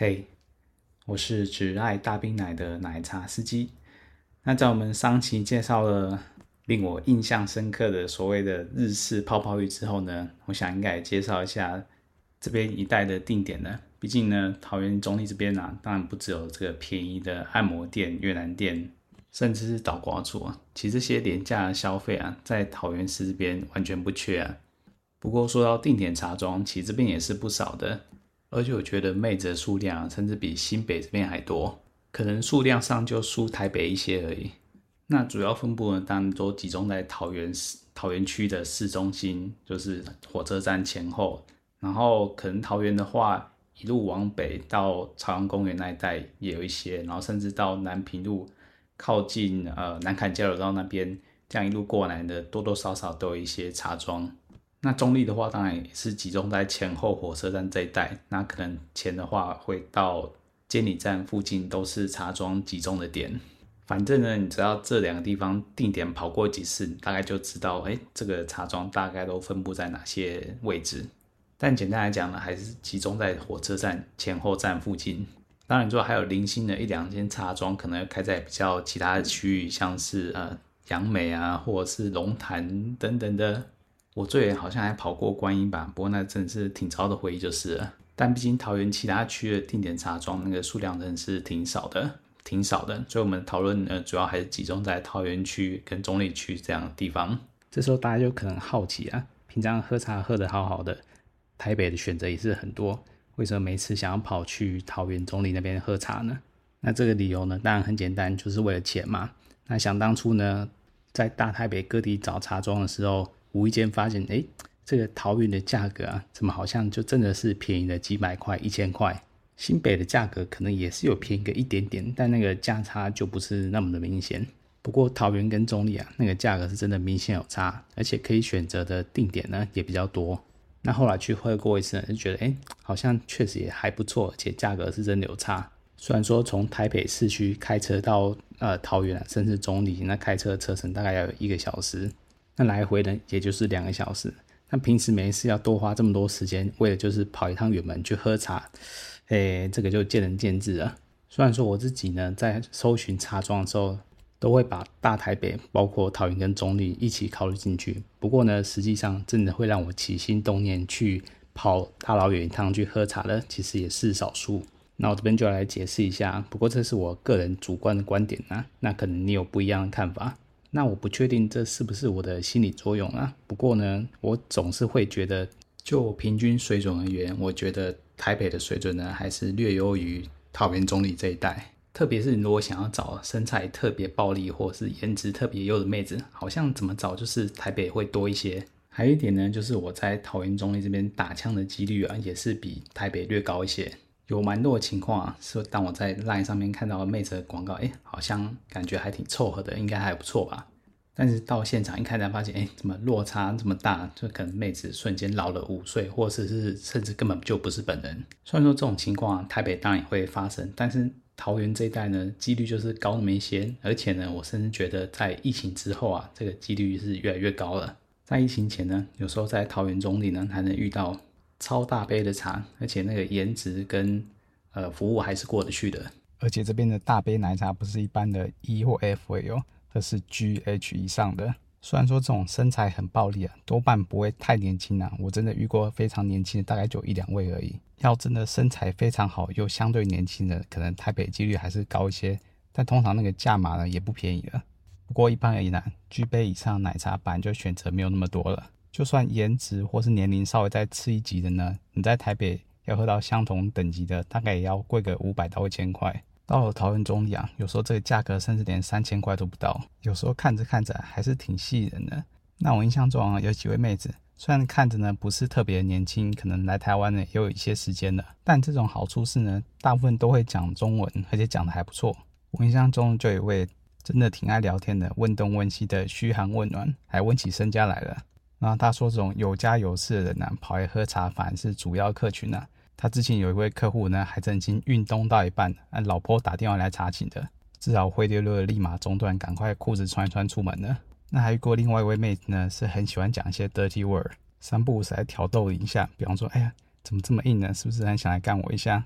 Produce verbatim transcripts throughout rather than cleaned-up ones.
嘿，我是只爱大冰奶的奶茶司机。那在我们上期介绍了令我印象深刻的所谓的日式泡泡浴之后呢，我想应该也介绍一下这边一带的定点呢。毕竟呢，桃园中立这边啊，当然不只有这个便宜的按摩店、越南店，甚至是倒挂组啊。其实这些廉价的消费啊，在桃园市这边完全不缺啊。不过说到定点茶庄，其实这边也是不少的。而且我觉得妹子的数量甚至比新北这边还多，可能数量上就输台北一些而已。那主要分布呢，当然都集中在桃园桃园区的市中心，就是火车站前后。然后可能桃园的话，一路往北到朝阳公园那一带也有一些，然后甚至到南平路靠近呃南坎交流道那边，这样一路过来的多多少少都有一些茶庄。那中立的话，当然也是集中在前后火车站这一带。那可能前的话会到监理站附近，都是茶庄集中的点。反正呢，你只要这两个地方定点跑过几次，大概就知道，哎，这个茶庄大概都分布在哪些位置。但简单来讲呢，还是集中在火车站前后站附近。当然，说还有零星的一两间茶庄，可能开在比较其他的区域，像是呃杨梅啊，或者是龙潭等等的。我最远好像还跑过观音吧，不过那真的是挺糟的回忆就是了。但毕竟桃园其他区的定点茶庄那个数量真的是挺少的，挺少的，所以我们讨论呃主要还是集中在桃园区跟中立区这样的地方。这时候大家就可能好奇啊，平常喝茶喝得好好的，台北的选择也是很多，为什么每次想要跑去桃园中立那边喝茶呢？那这个理由呢，当然很简单，就是为了钱嘛。那想当初呢，在大台北各地找茶庄的时候，无意间发现，哎，这个桃园的价格啊，怎么好像就真的是便宜了几百块、一千块？新北的价格可能也是有便宜个一点点，但那个价差就不是那么的明显。不过桃园跟中立啊，那个价格是真的明显有差，而且可以选择的定点呢也比较多。那后来去喝过一次呢，就觉得，哎，好像确实也还不错，而且价格是真的有差。虽然说从台北市区开车到呃桃园啊，甚至中立，那开车的车程大概要有一个小时。那来回呢，也就是两个小时。那平时没事要多花这么多时间，为了就是跑一趟远门去喝茶，诶，这个就见仁见智了。虽然说我自己呢，在搜寻茶庄的时候，都会把大台北，包括桃园跟中立一起考虑进去。不过呢，实际上真的会让我起心动念去跑大老远一趟去喝茶的，其实也是少数。那我这边就来解释一下，不过这是我个人主观的观点啊，那可能你有不一样的看法。那我不确定这是不是我的心理作用啊，不过呢，我总是会觉得，就平均水准而言，我觉得台北的水准呢，还是略优于桃园中立这一带。特别是你如果想要找身材特别暴力或是颜值特别优的妹子，好像怎么找就是台北会多一些。还有一点呢，就是我在桃园中立这边打枪的几率啊，也是比台北略高一些。有蛮多的情况啊，是当我在 LINE 上面看到妹子的广告，哎，好像感觉还挺凑合的，应该还不错吧。但是到现场一看才发现，哎，怎么落差这么大？就可能妹子瞬间老了五岁，或者是甚至根本就不是本人。虽然说这种情况啊，台北当然也会发生，但是桃园这一带呢，几率就是高那么一些。而且呢，我甚至觉得在疫情之后啊，这个几率是越来越高了。在疫情前呢，有时候在桃园中立呢，还能遇到超大杯的茶，而且那个颜值跟呃服务还是过得去的。而且这边的大杯奶茶不是一般的 E 或 F 而已哦，这是 G H 以上的。虽然说这种身材很暴力啊，多半不会太年轻啊，我真的遇过非常年轻的，大概就一两位而已。要真的身材非常好又相对年轻的，可能台北几率还是高一些，但通常那个价码呢也不便宜了。不过一般而言啊 ，G 杯以上的奶茶版就选择没有那么多了。就算颜值或是年龄稍微再次一级的呢，你在台北要喝到相同等级的，大概也要贵个五百到一千块。到了桃园中立啊，有时候这个价格甚至连三千块都不到，有时候看着看着还是挺吸引人的。那我印象中啊，有几位妹子，虽然看着呢不是特别年轻，可能来台湾呢也有一些时间了，但这种好处是呢，大部分都会讲中文，而且讲得还不错。我印象中就有一位真的挺爱聊天的，问东问西的嘘寒问暖，还问起身家来了。然后他说这种有家有室的人啊，跑来喝茶反而是主要客群啊。他之前有一位客户呢，还曾经运动到一半，按老婆打电话来查寝的，至少灰溜溜的立马中断，赶快裤子穿一穿出门了。那还遇过另外一位妹子呢，是很喜欢讲一些 dirty word， 三不五时来挑逗一下，比方说，哎呀，怎么这么硬呢？是不是很想来干我一下？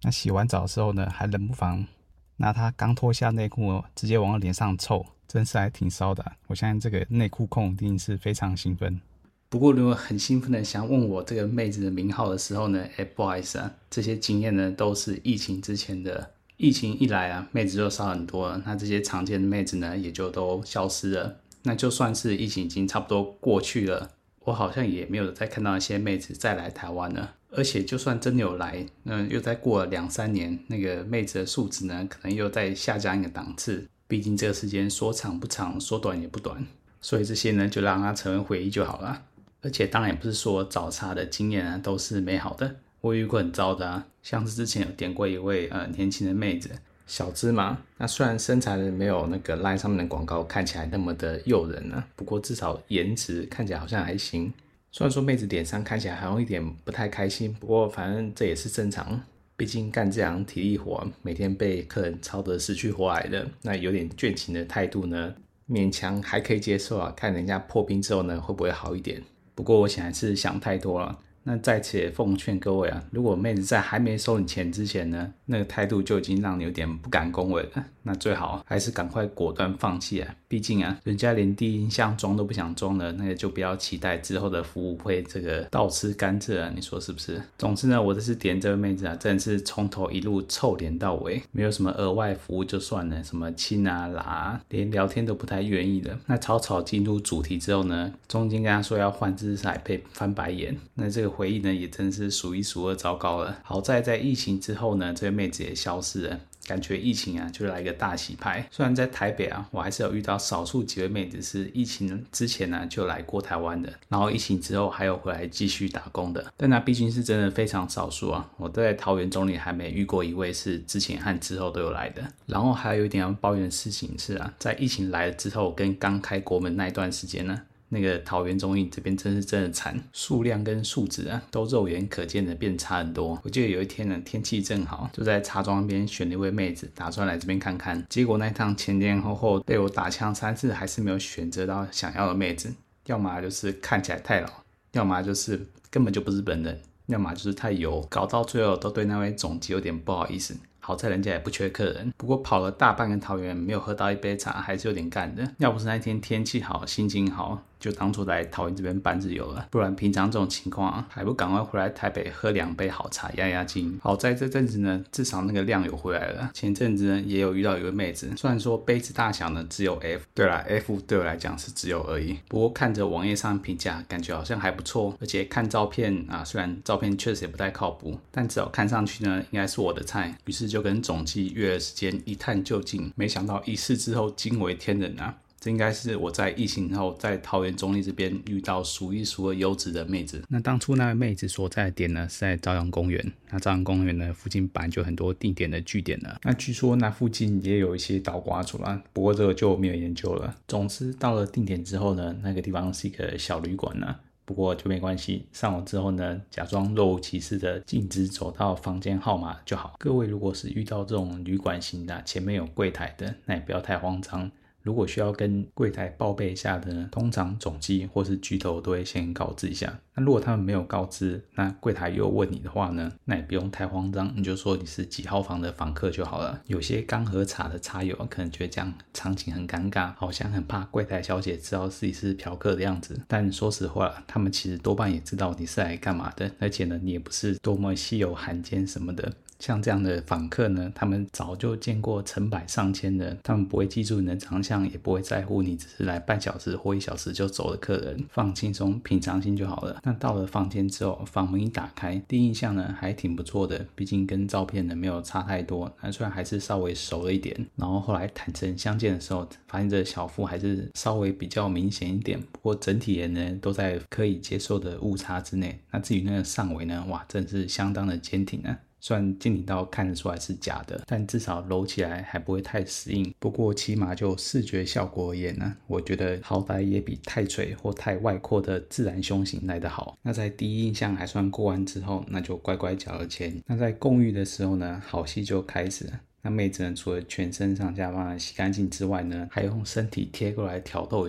那洗完澡的时候呢，还冷不防拿他刚脱下内裤直接往脸上凑，真是还挺骚的啊。我相信这个内裤控一定是非常兴奋。不过如果很兴奋的想问我这个妹子的名号的时候呢，哎，不好意思啊，这些经验呢都是疫情之前的。疫情一来啊，妹子就少很多了，那这些常见的妹子呢也就都消失了。那就算是疫情已经差不多过去了，我好像也没有再看到一些妹子再来台湾了。而且就算真的有来，那又再过了两三年，那个妹子的素质呢可能又再下降一个档次。毕竟这个时间说长不长，说短也不短，所以这些呢就让它成为回忆就好了。而且当然也不是说找茬的经验啊都是美好的，我遇过很糟的啊，像是之前有点过一位呃年轻的妹子，小芝麻。那虽然身材没有那个 LINE 上面的广告看起来那么的诱人呢、啊，不过至少颜值看起来好像还行。虽然说妹子脸上看起来好像一点不太开心，不过反正这也是正常，毕竟干这样体力活，每天被客人操得死去活来的，那有点倦勤的态度呢，勉强还可以接受啊。看人家破冰之后呢，会不会好一点？不过我想还是想太多了。那在此也奉劝各位啊，如果妹子在还没收你钱之前呢，那个态度就已经让你有点不敢恭维了，那最好还是赶快果断放弃啊。毕竟啊，人家连第一印象装都不想装了，那个就不要期待之后的服务会这个倒吃甘蔗啊，你说是不是？总之呢，我这次点这位妹子啊，真的是从头一路臭脸到尾，没有什么额外服务就算了，什么亲啊拉啊，连聊天都不太愿意的。那草草进入主题之后呢，中间跟他说要换姿势还被翻白眼，那这个回忆呢也真是数一数二糟糕了。好在在疫情之后呢，这位妹子也消失了，感觉疫情啊就来一个大洗牌。虽然在台北啊，我还是有遇到少数几位妹子是疫情之前呢、啊、就来过台湾的，然后疫情之后还有回来继续打工的，但那毕竟是真的非常少数啊。我在桃园中里还没遇过一位是之前和之后都有来的。然后还有一点要抱怨的事情是啊，在疫情来了之后跟刚开国门那一段时间呢，那个桃园中印这边真是真的惨，数量跟数值啊都肉眼可见的变差很多。我记得有一天呢，天气正好，就在茶庄那边选了一位妹子，打算来这边看看。结果那一趟前前后后被我打枪三次，还是没有选择到想要的妹子。要么就是看起来太老，要么就是根本就不是本人，要么就是太油，搞到最后都对那位总机有点不好意思。好在人家也不缺客人，不过跑了大半个桃园没有喝到一杯茶，还是有点干的。要不是那天天气好，心情好，就当初来桃园这边办日游了，不然平常这种情况啊，还不赶快回来台北喝两杯好茶压压惊。好在这阵子呢，至少那个量有回来了。前阵子呢，也有遇到一位妹子，虽然说杯子大小呢只有 F， 对啦 F 对我来讲是只有而已，不过看着网页上评价，感觉好像还不错，而且看照片啊，虽然照片确实也不太靠谱，但至少看上去呢，应该是我的菜。于是就跟总机约了时间一探究竟，没想到一试之后惊为天人啊！这应该是我在疫情后在桃园中立这边遇到数一数二优质的妹子。那当初那位妹子所在的点呢是在朝阳公园，那朝阳公园呢附近本来就很多定点的据点了，那据说那附近也有一些倒挂族啦，不过这个就没有研究了。总之到了定点之后呢，那个地方是一个小旅馆啦，不过就没关系，上网之后呢，假装若无其事的径直走到房间号码就好。各位如果是遇到这种旅馆型的，前面有柜台的，那也不要太慌张。如果需要跟柜台报备一下的呢，通常总机或是局头都会先告知一下。那如果他们没有告知，那柜台又问你的话呢，那也不用太慌张，你就说你是几号房的房客就好了。有些刚喝茶的茶友可能觉得这样场景很尴尬，好像很怕柜台小姐知道自己是嫖客的样子。但说实话，他们其实多半也知道你是来干嘛的，而且呢，你也不是多么稀有罕见什么的。像这样的访客呢，他们早就见过成百上千的，他们不会记住你的长相，也不会在乎你只是来半小时或一小时就走的客人，放轻松平常心就好了。那到了房间之后，房门一打开，第一印象呢还挺不错的，毕竟跟照片呢没有差太多，那虽然还是稍微熟了一点，然后后来坦诚相见的时候，发现这小腹还是稍微比较明显一点，不过整体人呢都在可以接受的误差之内。那至于那个上围呢，哇，真的是相当的坚挺啊。虽然坚挺到看得出来是假的，但至少揉起来还不会太死硬。不过起码就视觉效果而言呢，我觉得好歹也比太垂或太外扩的自然胸型来得好。那在第一印象还算过完之后，那就乖乖缴了钱。那在共浴的时候呢，好戏就开始了。那妹子呢，除了全身上下帮她洗干净之外呢，还用身体贴过来挑逗一下。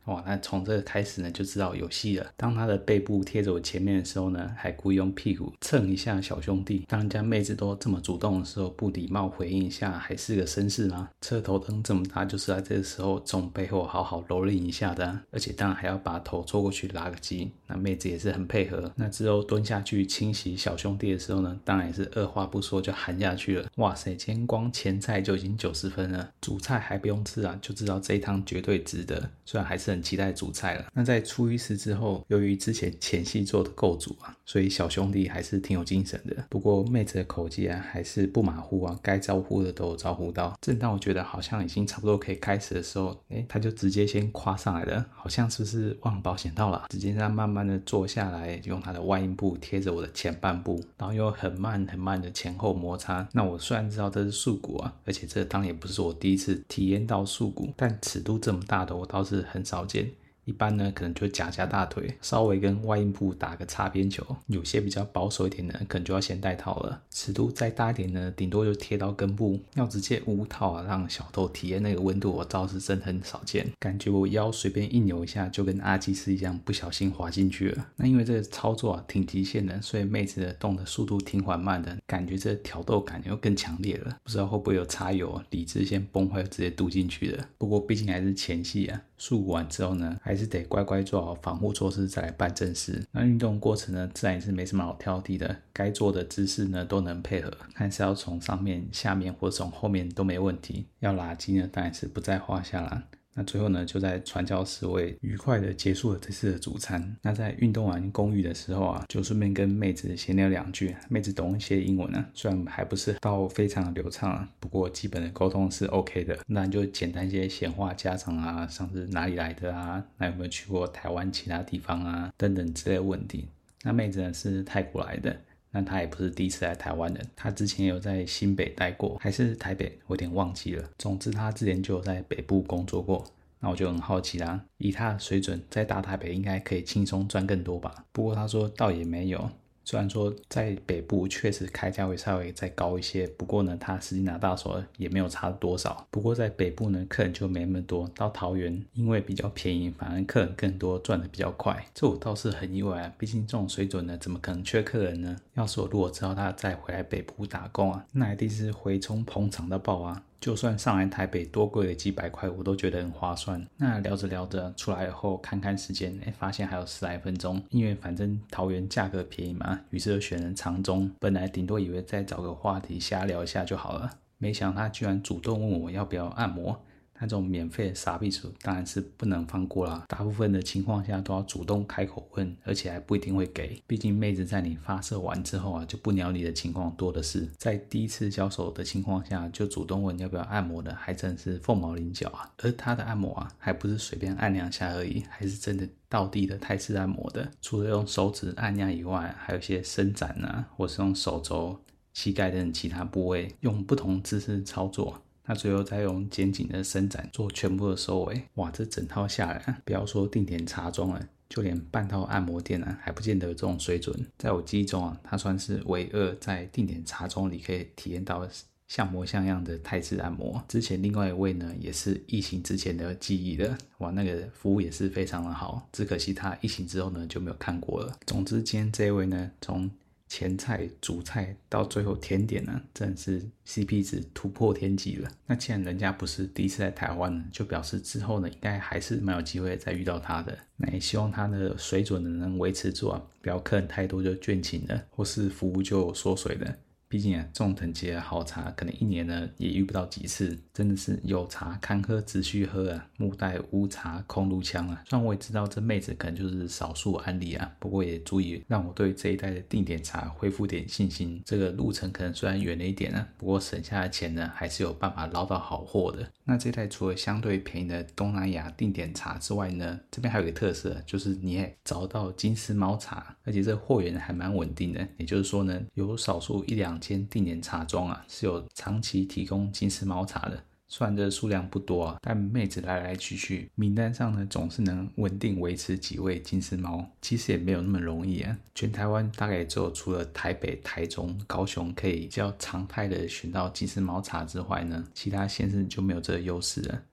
哇，那从这个开始呢就知道有戏了。当他的背部贴着我前面的时候呢，还故意用屁股蹭一下小兄弟。当人家妹子都这么主动的时候，不礼貌回应一下还是个绅士吗？车头灯这么大，就是在这个时候从背后好好蹂躏一下的、啊、而且当然还要把头凑过去拉个鸡。那妹子也是很配合。那之后蹲下去清洗小兄弟的时候呢，当然也是二话不说就含下去了。哇塞，今天光前菜就已经九十分了，主菜还不用吃啊，就知道这一趟绝对值得。虽然还是很期待主菜了。那在出浴室之后，由于之前前戏做的够足啊，所以小兄弟还是挺有精神的。不过妹子的口技啊还是不马虎啊，该招呼的都有招呼到。正当我觉得好像已经差不多可以开始的时候，诶，他就直接先跨上来了，好像是不是忘了保险套了？直接让慢慢的坐下来，用他的外阴部贴着我的前半部，然后又很慢很慢的前后摩擦。那我虽然知道这是束骨啊，而且这当然也不是我第一次体验到束骨，但尺度这么大的我倒是很少见。一般呢可能就夹夹大腿，稍微跟外阴部打个擦边球，有些比较保守一点的可能就要先戴套了。尺度再大一点呢，顶多就贴到根部，要直接无套啊让小偷体验那个温度，我倒是真的很少见。感觉我腰随便一扭一下就跟阿基斯一样不小心滑进去了。那因为这个操作啊挺极限的，所以妹子的动的速度挺缓慢的，感觉这挑逗感又更强烈了。不知道会不会有插油理智先崩坏直接嘟进去的。不过毕竟还是前戏啊，束骨完之后呢还是得乖乖做好防护措施再来办正事。那运动过程呢自然也是没什么好挑剔的，该做的姿势呢都能配合，看是要从上面下面或从后面都没问题。要拉筋呢当然是不在话下啦。那最后呢就在传教士位愉快的结束了这次的主餐。那在运动完公寓的时候啊，就顺便跟妹子闲聊两句。妹子懂一些英文啊，虽然还不是到非常的流畅啊，不过基本的沟通是 OK 的。那就简单一些闲话家常啊，像是哪里来的啊，那有没有去过台湾其他地方啊等等之类的问题。那妹子呢是泰国来的，那他也不是第一次来台湾的，他之前有在新北待过，还是台北，我有点忘记了。总之他之前就有在北部工作过。那我就很好奇啦，以他的水准在大台北应该可以轻松赚更多吧。不过他说倒也没有，虽然说在北部确实开价会稍微再高一些，不过呢他实际拿到手也没有差多少。不过在北部呢客人就没那么多，到桃园因为比较便宜，反而客人更多，赚得比较快。这我倒是很意外啊，毕竟这种水准呢怎么可能缺客人呢？要是我如果知道他再回来北部打工啊，那一定是回冲捧场到爆啊。就算上来台北多贵了几百块，我都觉得很划算。那聊着聊着出来后看看时间，哎，发现还有十来分钟，因为反正桃园价格便宜嘛，于是就选了长中。本来顶多以为再找个话题瞎聊一下就好了，没想到他居然主动问我要不要按摩。那种免费的傻逼鼠当然是不能放过啦，大部分的情况下都要主动开口问，而且还不一定会给。毕竟妹子在你发射完之后啊，就不鸟你的情况多的是。在第一次交手的情况下就主动问要不要按摩的，还真是凤毛麟角啊。而他的按摩啊，还不是随便按两下而已，还是真的道地的泰式按摩的。除了用手指按压以外，还有一些伸展啊，或是用手肘、膝盖等其他部位用不同姿势操作。那最后再用肩颈的伸展做全部的收尾。哇，这整套下来啊，不要说定点茶庄了，就连半套按摩店啊，还不见得有这种水准。在我记忆中啊，它算是唯二在定点茶庄里可以体验到像模像样的泰式按摩。之前另外一位呢，也是疫情之前的记忆的，哇，那个服务也是非常的好，只可惜他疫情之后呢就没有看过了。总之今天这一位呢，从前菜、主菜到最后甜点呢，真的是 C P 值突破天际了。那既然人家不是第一次来台湾呢，就表示之后呢，应该还是蛮有机会再遇到他的。那也希望他的水准能维持住啊，不要客人太多就倦勤了，或是服务就缩水了。毕竟啊，这种等级的好茶，可能一年呢也遇不到几次，真的是有茶堪喝直须喝啊，木袋无茶空炉香啊。虽然我也知道这妹子可能就是少数案例啊，不过也足以让我对这一代的定点茶恢复点信心。这个路程可能虽然远了一点啊，不过省下的钱呢，还是有办法捞到好货的。那这一代除了相对便宜的东南亚定点茶之外呢，这边还有一个特色，就是你也找到金丝猫茶，而且这货源还蛮稳定的。也就是说呢，有少数一两间定点茶庄啊，是有长期提供金丝猫茶的。虽然这数量不多啊，但妹子来来去去，名单上呢总是能稳定维持几位金丝猫，其实也没有那么容易啊。全台湾大概只有除了台北、台中、高雄可以比较常态的选到金丝猫茶之外呢，其他县市就没有这个优势了。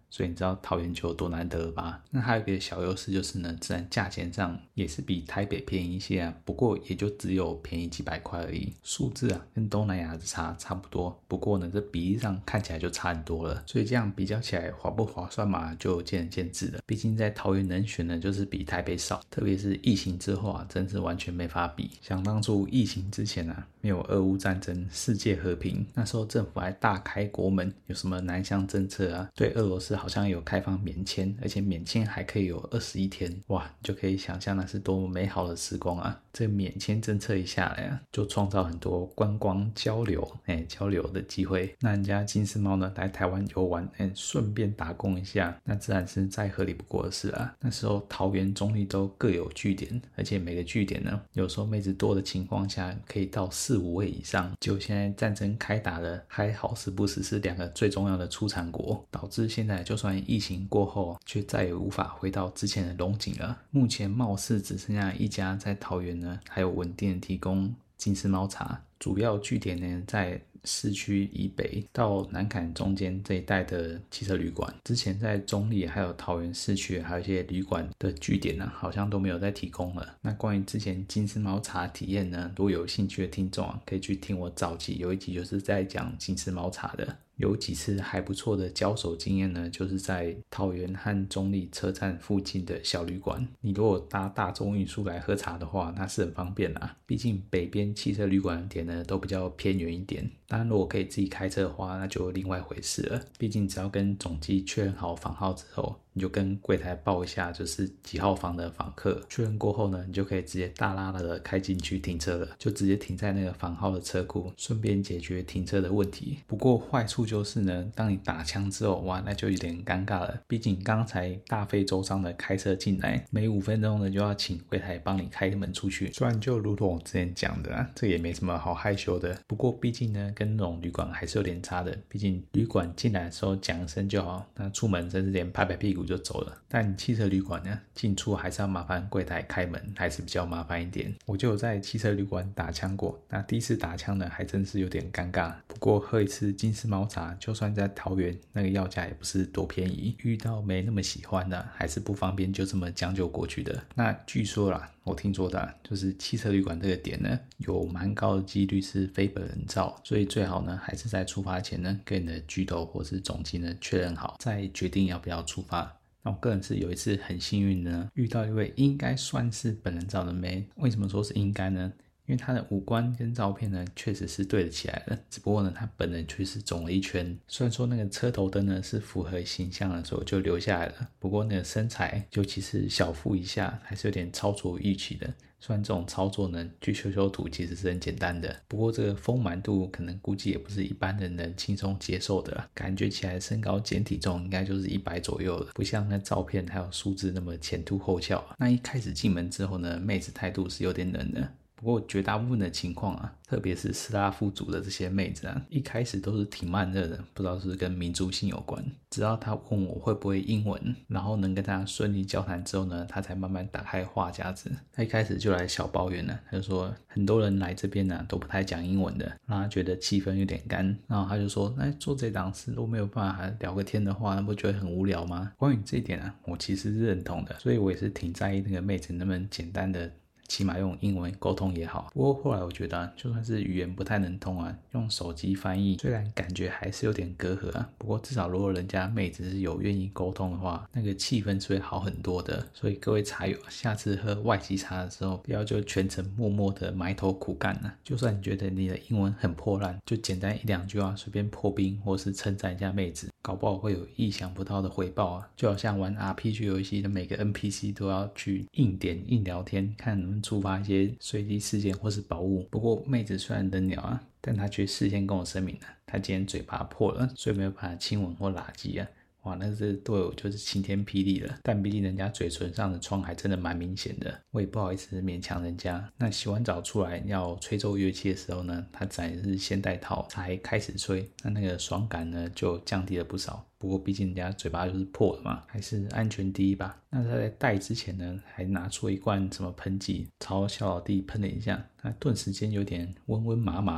所以你知道桃园就有多难得了吧？那还有一个小优势就是呢，自然价钱上也是比台北便宜一些啊，不过也就只有便宜几百块而已，数字啊跟东南亚的差差不多，不过呢这比例上看起来就差很多了，所以这样比较起来划不划算嘛，就见仁见智了。毕竟在桃园能选的就是比台北少，特别是疫情之后啊，真是完全没法比。想当初疫情之前啊，没有俄乌战争，世界和平，那时候政府还大开国门，有什么南向政策啊，对俄罗斯好像有开放免签，而且免签还可以有二十一天，哇，你就可以想象那是多么美好的时光啊！这个免签政策一下来啊，就创造很多观光交流，哎，交流的机会。那人家金丝猫呢来台湾游玩，哎，顺便打工一下，那自然是再合理不过的事啊。那时候桃园中立都各有据点，而且每个据点呢，有时候妹子多的情况下，可以到四五位以上。就现在战争开打了，还好死不死是两个最重要的出产国，导致现在就算疫情过后，却再也无法回到之前的龙井了。目前貌似只剩下一家在桃园呢，还有稳定提供金丝猫茶，主要据点呢在市区以北到南崁中间这一带的汽车旅馆。之前在中立还有桃园市区还有一些旅馆的据点呢，好像都没有再提供了。那关于之前金丝猫茶体验呢，如果有兴趣的听众啊，可以去听我早期有一集就是在讲金丝猫茶的。有几次还不错的交手经验呢，就是在桃园和中立车站附近的小旅馆。你如果搭大众运输来喝茶的话，那是很方便啦。毕竟北边汽车旅馆的点呢都比较偏远一点。当然如果可以自己开车的话，那就另外一回事了。毕竟只要跟总机确认好房号之后，你就跟柜台报一下就是几号房的访客，确认过后呢，你就可以直接大拉拉的开进去停车了，就直接停在那个房号的车库，顺便解决停车的问题。不过坏处就是呢，当你打枪之后，哇，那就有点尴尬了。毕竟刚才大费周章的开车进来，每五分钟呢就要请柜台帮你开门出去。虽然就如同我之前讲的啊，这也没什么好害羞的。不过毕竟呢，跟那种旅馆还是有点差的。毕竟旅馆进来的时候讲声就好，那出门真是连拍拍屁股就走了。但汽车旅馆呢，进出还是要麻烦柜台开门，还是比较麻烦一点。我就有在汽车旅馆打枪过，那第一次打枪呢，还真是有点尴尬。不过喝一次金丝猫茶，就算在桃园，那个要价也不是多便宜。遇到没那么喜欢的，还是不方便就这么将就过去的。那据说啦，我听说的就是汽车旅馆这个点呢，有蛮高的几率是非本人照，所以最好呢，还是在出发前呢，跟你的居头或是总机呢确认好，再决定要不要出发。那我个人是有一次很幸运呢，遇到一位应该算是本人照的妹。为什么说是应该呢？因为她的五官跟照片呢，确实是对得起来的，只不过呢，她本人确实肿了一圈。虽然说那个车头灯呢是符合形象的，所以就留下来了。不过那个身材，尤其是小腹以下，还是有点超出预期的。虽然这种操作呢，去修修图其实是很简单的，不过这个丰满度可能估计也不是一般人能轻松接受的啦。感觉起来身高减体重应该就是一百左右了，不像那照片还有数字那么前凸后翘啊。那一开始进门之后呢，妹子态度是有点冷的。不过绝大部分的情况啊，特别是斯拉夫族的这些妹子啊，一开始都是挺慢热的，不知道是不是跟民族性有关。直到她问我会不会英文，然后能跟她顺利交谈之后呢，她才慢慢打开话匣子。她一开始就来小抱怨了，她就说很多人来这边呢、啊、都不太讲英文的，让她觉得气氛有点干。然后她就说，那做这档事如果没有办法聊个天的话，那不觉得很无聊吗？关于这一点啊，我其实是认同的，所以我也是挺在意那个妹子能不能简单的起码用英文沟通也好。不过后来我觉得啊，就算是语言不太能通啊，用手机翻译虽然感觉还是有点隔阂啊，不过至少如果人家妹子是有愿意沟通的话，那个气氛是会好很多的。所以各位茶友，下次喝外籍茶的时候，不要就全程默默的埋头苦干啊。就算你觉得你的英文很破烂，就简单一两句话随便破冰，或是称赞一下妹子，搞不好会有意想不到的回报啊。就好像玩 R P G 游戏的每个 N P C 都要去硬点硬聊天，看能不能触发一些随机事件或是宝物。不过妹子虽然冷鸟啊，但她却事先跟我声明了，她今天嘴巴破了，所以没有办法亲吻或拉鸡啊。哇，那这对我就是晴天霹雳了。但毕竟人家嘴唇上的疮还真的蛮明显的，我也不好意思勉强人家。那洗完澡出来要吹奏乐器的时候呢，他自然是先戴套才开始吹，那那个爽感呢就降低了不少。不过毕竟人家嘴巴就是破了嘛，还是安全第一吧。那他在戴之前呢，还拿出一罐什么喷剂，朝小老弟喷了一下，他顿时间有点温温麻麻的，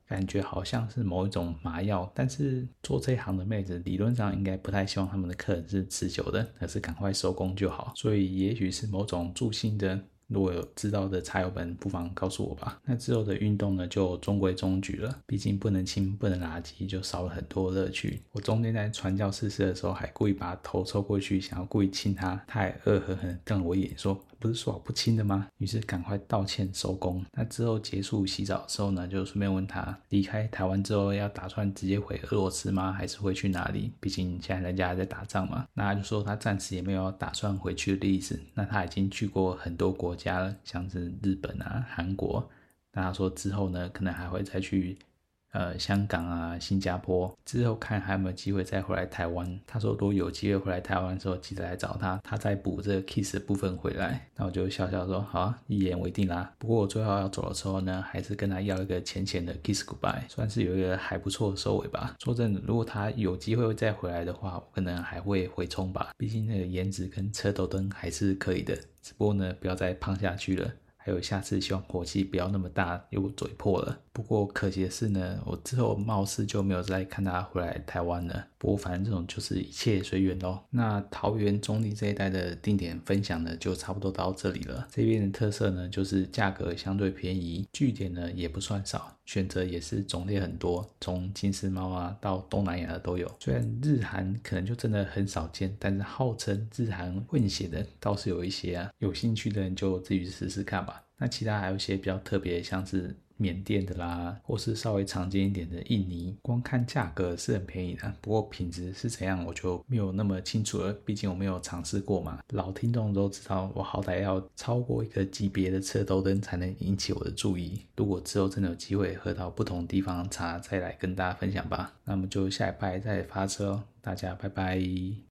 感觉好像是某一种麻药，但是做这一行的妹子理论上应该不太希望他们的客人是持久的，而是赶快收工就好，所以也许是某种助兴的。如果有知道的茶友们不妨告诉我吧。那之后的运动呢就中规中矩了，毕竟不能轻不能垃圾，就少了很多乐趣。我中间在传教士式的时候还故意把头凑过去想要故意亲他，他还恶狠狠瞪了我一眼说不是说好不亲的吗？于是赶快道歉收工。那之后结束洗澡的时候呢，就顺便问他离开台湾之后要打算直接回俄罗斯吗？还是会去哪里？毕竟现在人家还在打仗嘛。那他就说他暂时也没有打算回去的意思。那他已经去过很多国家了，像是日本啊、韩国。那他说之后呢，可能还会再去呃，香港啊、新加坡，之后看还有没有机会再回来台湾。他说如果有机会回来台湾的时候，记得来找他，他再补这个 kiss 的部分回来。那我就笑笑说好啊，一言为定啦。不过我最后要走的时候呢，还是跟他要一个浅浅的 kiss goodbye， 算是有一个还不错的收尾吧。说真的，如果他有机会再回来的话，我可能还会回冲吧，毕竟那个颜值跟车头灯还是可以的，只不过呢，不要再胖下去了。还有下次希望火气不要那么大，又嘴破了。不过可惜的是呢，我之后貌似就没有再看他回来台湾了。不过反正这种就是一切随缘咯。那桃园中立这一带的定点分享呢，就差不多到这里了。这边的特色呢，就是价格相对便宜，据点呢也不算少，选择也是种类很多，从金丝猫啊到东南亚的都有。虽然日韩可能就真的很少见，但是号称日韩混血的倒是有一些啊。有兴趣的人就自己试试看吧。那其他还有一些比较特别，像是缅甸的啦，或是稍微常见一点的印尼，光看价格是很便宜的，不过品质是怎样我就没有那么清楚了，毕竟我没有尝试过嘛。老听众都知道，我好歹要超过一个级别的车头灯才能引起我的注意。如果之后真的有机会喝到不同地方的茶，再来跟大家分享吧。那么就下礼拜再发车哦，大家拜拜。